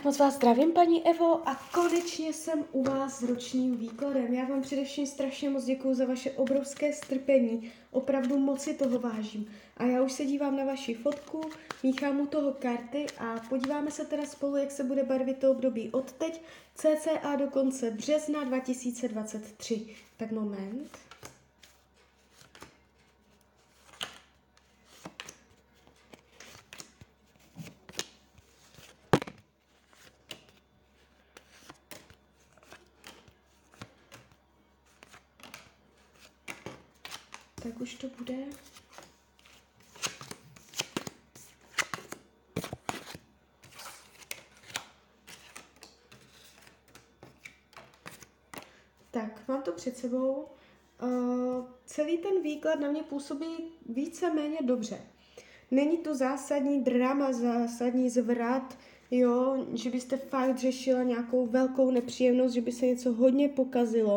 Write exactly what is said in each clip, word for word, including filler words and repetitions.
Tak moc vás zdravím, paní Evo, a konečně jsem u vás s ročním výkladem. Já vám především strašně moc děkuju za vaše obrovské strpení, opravdu moc si toho vážím. A já už se dívám na vaši fotku, míchám u toho karty a podíváme se teda spolu, jak se bude barvit to období od teď, cca do konce března dva tisíce dvacet tři. Tak moment. Tak už to bude. Tak, mám to před sebou. Uh, celý ten výklad na mě působí víceméně dobře. Není to zásadní drama, zásadní zvrat, jo, že byste fakt řešila nějakou velkou nepříjemnost, že by se něco hodně pokazilo.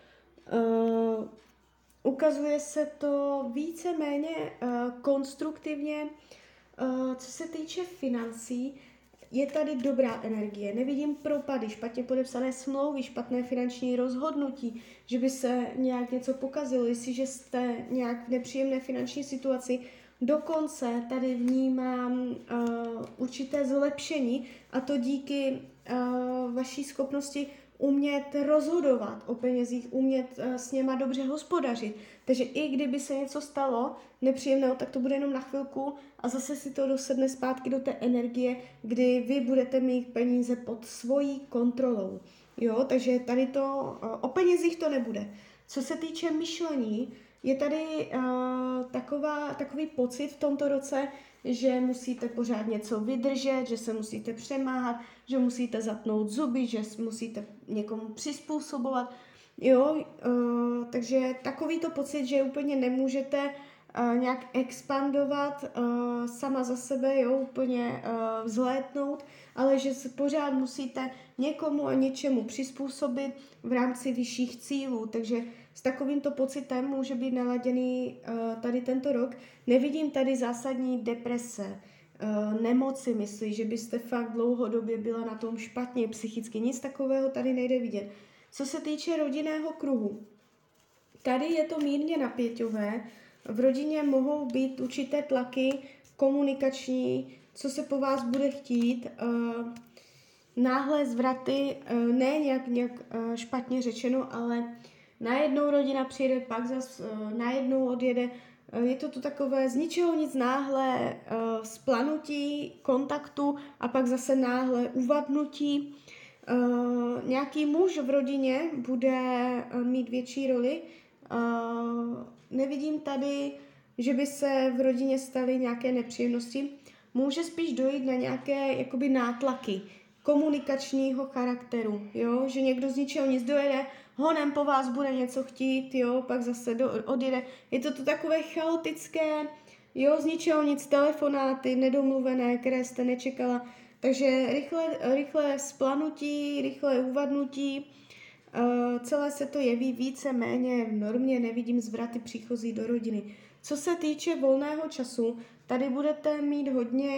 Uh, Ukazuje se to víceméně uh, konstruktivně. Uh, co se týče financí, je tady dobrá energie. Nevidím propady, špatně podepsané smlouvy, špatné finanční rozhodnutí, že by se nějak něco pokazilo, jestliže jste nějak v nepříjemné finanční situaci. Dokonce tady vnímám uh, určité zlepšení, a to díky uh, vaší schopnosti umět rozhodovat o penězích, umět uh, s něma dobře hospodařit. Takže i kdyby se něco stalo nepříjemného, tak to bude jenom na chvilku a zase si to dosedne zpátky do té energie, kdy vy budete mít peníze pod svojí kontrolou. Jo, takže tady to, uh, o penězích to nebude. Co se týče myšlení, je tady uh, taková, takový pocit v tomto roce, že musíte pořád něco vydržet, že se musíte přemáhat, že musíte zatnout zuby, že musíte někomu přizpůsobovat. Jo, uh, takže takovýto pocit, že úplně nemůžete uh, nějak expandovat uh, sama za sebe, jo, úplně uh, vzlétnout, ale že se pořád musíte někomu a něčemu přizpůsobit v rámci vyšších cílů. Takže s takovýmto pocitem může být naladěný uh, tady tento rok. Nevidím tady zásadní deprese, uh, nemoci, myslí, že byste fakt dlouhodobě byla na tom špatně psychicky. Nic takového tady nejde vidět. Co se týče rodinného kruhu, tady je to mírně napěťové. V rodině mohou být určité tlaky komunikační, co se po vás bude chtít. Uh, náhlé zvraty, uh, ne nějak, nějak uh, špatně řečeno, ale najednou rodina přijede, pak zase uh, najednou odjede. Uh, je to tu takové z ničeho nic náhle uh, splanutí kontaktu a pak zase náhle uvadnutí. Uh, nějaký muž v rodině bude uh, mít větší roli. Uh, nevidím tady, že by se v rodině staly nějaké nepříjemnosti. Může spíš dojít na nějaké jakoby nátlaky komunikačního charakteru, jo? Že někdo z ničeho nic dojede, honem po vás bude něco chtít, jo? Pak zase do, odjede. Je to tu takové chaotické, jo? Z ničeho nic, telefonáty nedomluvené, které jste nečekala. Takže rychle, rychle splanutí, rychle uvadnutí, uh, celé se to jeví více méně v normě, nevidím zvraty příchozí do rodiny. Co se týče volného času, tady budete mít hodně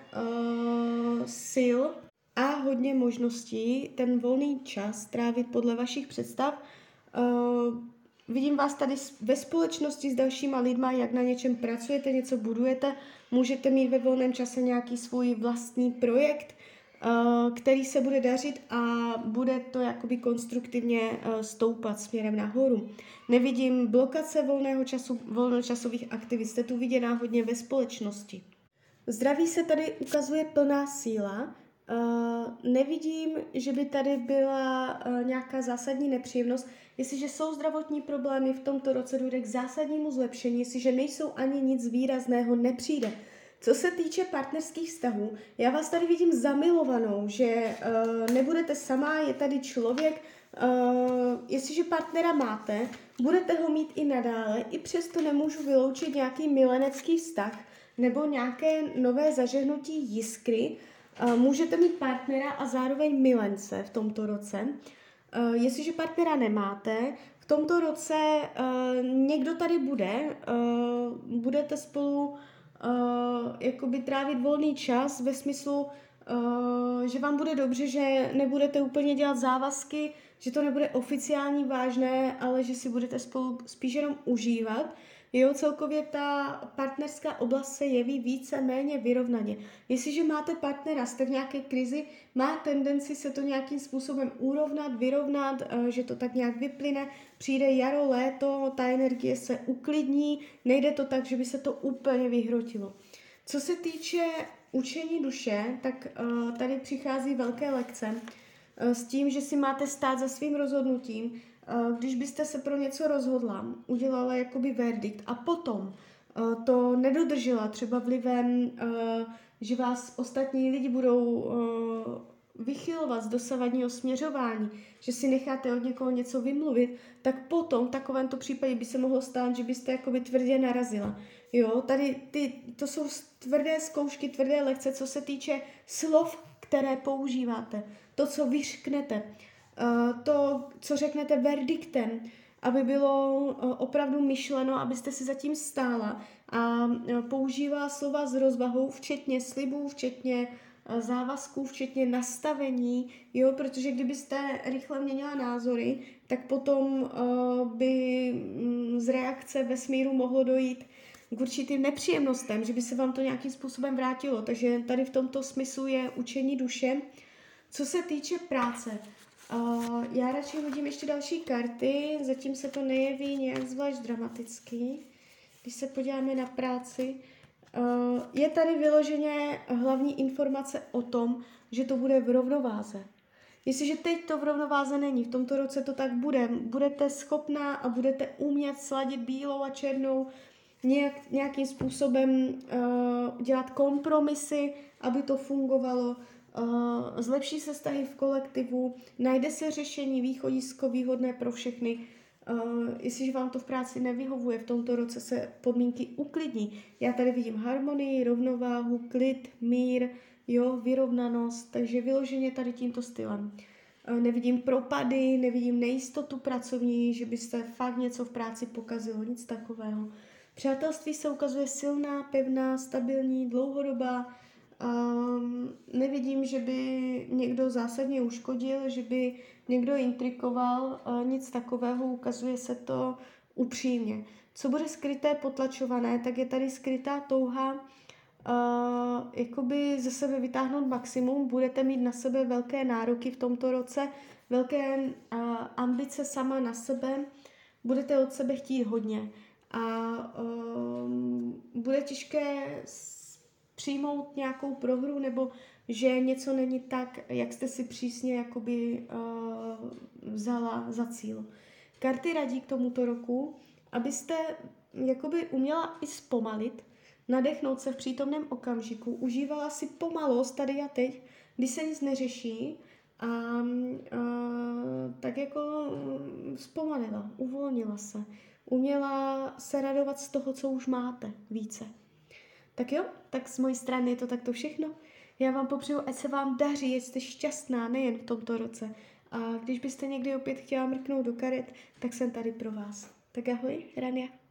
uh, sil a hodně možností ten volný čas trávit podle vašich představ. Uh, vidím vás tady ve společnosti s dalšíma lidma, jak na něčem pracujete, něco budujete. Můžete mít ve volném čase nějaký svůj vlastní projekt, uh, který se bude dařit a bude to jakoby konstruktivně uh, stoupat směrem nahoru. Nevidím blokace volného času, volnočasových aktivit, jste tu viděná hodně ve společnosti. Zdraví se tady ukazuje plná síla. Uh, nevidím, že by tady byla uh, nějaká zásadní nepříjemnost. Jestliže jsou zdravotní problémy, v tomto roce dojde k zásadnímu zlepšení, jestliže nejsou ani nic výrazného, nepřijde. Co se týče partnerských vztahů, já vás tady vidím zamilovanou, že uh, nebudete sama, je tady člověk, uh, jestliže partnera máte, budete ho mít i nadále, i přesto nemůžu vyloučit nějaký milenecký vztah nebo nějaké nové zažehnutí jiskry. Uh, můžete mít partnera a zároveň milence v tomto roce. Uh, jestliže partnera nemáte, v tomto roce uh, někdo tady bude, uh, budete spolu uh, jakoby trávit volný čas ve smyslu uh, že vám bude dobře, že nebudete úplně dělat závazky, že to nebude oficiální vážné, ale že si budete spolu spíš jenom užívat. Jo, celkově ta partnerská oblast se jeví více méně vyrovnaně. Jestliže máte partnera, jste v nějaké krizi, má tendenci se to nějakým způsobem urovnat, vyrovnat, že to tak nějak vyplyne, přijde jaro, léto, ta energie se uklidní, nejde to tak, že by se to úplně vyhrotilo. Co se týče učení duše, tak uh, tady přichází velké lekce uh, s tím, že si máte stát za svým rozhodnutím. Když byste se pro něco rozhodla, udělala jakoby verdikt a potom uh, to nedodržela třeba vlivem, uh, že vás ostatní lidi budou uh, vychylovat z dosavadního směřování, že si necháte od někoho něco vymluvit, tak potom v takovémto případě by se mohlo stát, že byste jakoby tvrdě narazila. Jo, tady ty, to jsou tvrdé zkoušky, tvrdé lekce, co se týče slov, které používáte, to, co vyřknete. Uh, to, co řeknete verdiktem, aby bylo uh, opravdu myšleno, abyste si zatím stála a uh, používala slova s rozvahou, včetně slibů, včetně uh, závazků, včetně nastavení, jo, protože kdybyste rychle měnila názory, tak potom uh, by um, z reakce vesmíru mohlo dojít k určitým nepříjemnostem, že by se vám to nějakým způsobem vrátilo. Takže tady v tomto smyslu je učení duše. Co se týče práce, Uh, já radši hodím ještě další karty, zatím se to nejeví nějak zvlášť dramaticky. Když se podíváme na práci, uh, je tady vyloženě hlavní informace o tom, že to bude v rovnováze. Jestliže teď to v rovnováze není, v tomto roce to tak bude, budete schopná a budete umět sladit bílou a černou, nějak, nějakým způsobem uh, dělat kompromisy, aby to fungovalo. Uh, zlepší se vztahy v kolektivu, najde se řešení východisko výhodné pro všechny. Uh, jestliže vám to v práci nevyhovuje, v tomto roce se podmínky uklidní. Já tady vidím harmonii, rovnováhu, klid, mír, jo, vyrovnanost, takže vyloženě tady tímto stylem. Uh, nevidím propady, nevidím nejistotu pracovní, že byste fakt něco v práci pokazilo, nic takového. Přátelství se ukazuje silná, pevná, stabilní, dlouhodobá. Um, nevidím, že by někdo zásadně uškodil, že by někdo intrikoval, uh, nic takového, ukazuje se to upřímně. Co bude skryté, potlačované, tak je tady skrytá touha uh, jakoby ze sebe vytáhnout maximum, budete mít na sebe velké nároky v tomto roce, velké uh, ambice sama na sebe, budete od sebe chtít hodně a um, bude těžké přijmout nějakou prohru, nebo že něco není tak, jak jste si přísně jakoby uh, vzala za cíl. Karty radí k tomuto roku, abyste jakoby uměla i zpomalit, nadechnout se v přítomném okamžiku, užívala si pomalost tady a teď, kdy se nic neřeší a uh, tak jako zpomalila, uvolnila se, uměla se radovat z toho, co už máte více. Tak jo, tak z mojí strany je to takto všechno. Já vám popřeju, ať se vám daří, ať jste šťastná nejen v tomto roce. A když byste někdy opět chtěla mrknout do karet, tak jsem tady pro vás. Tak ahoj, Rania.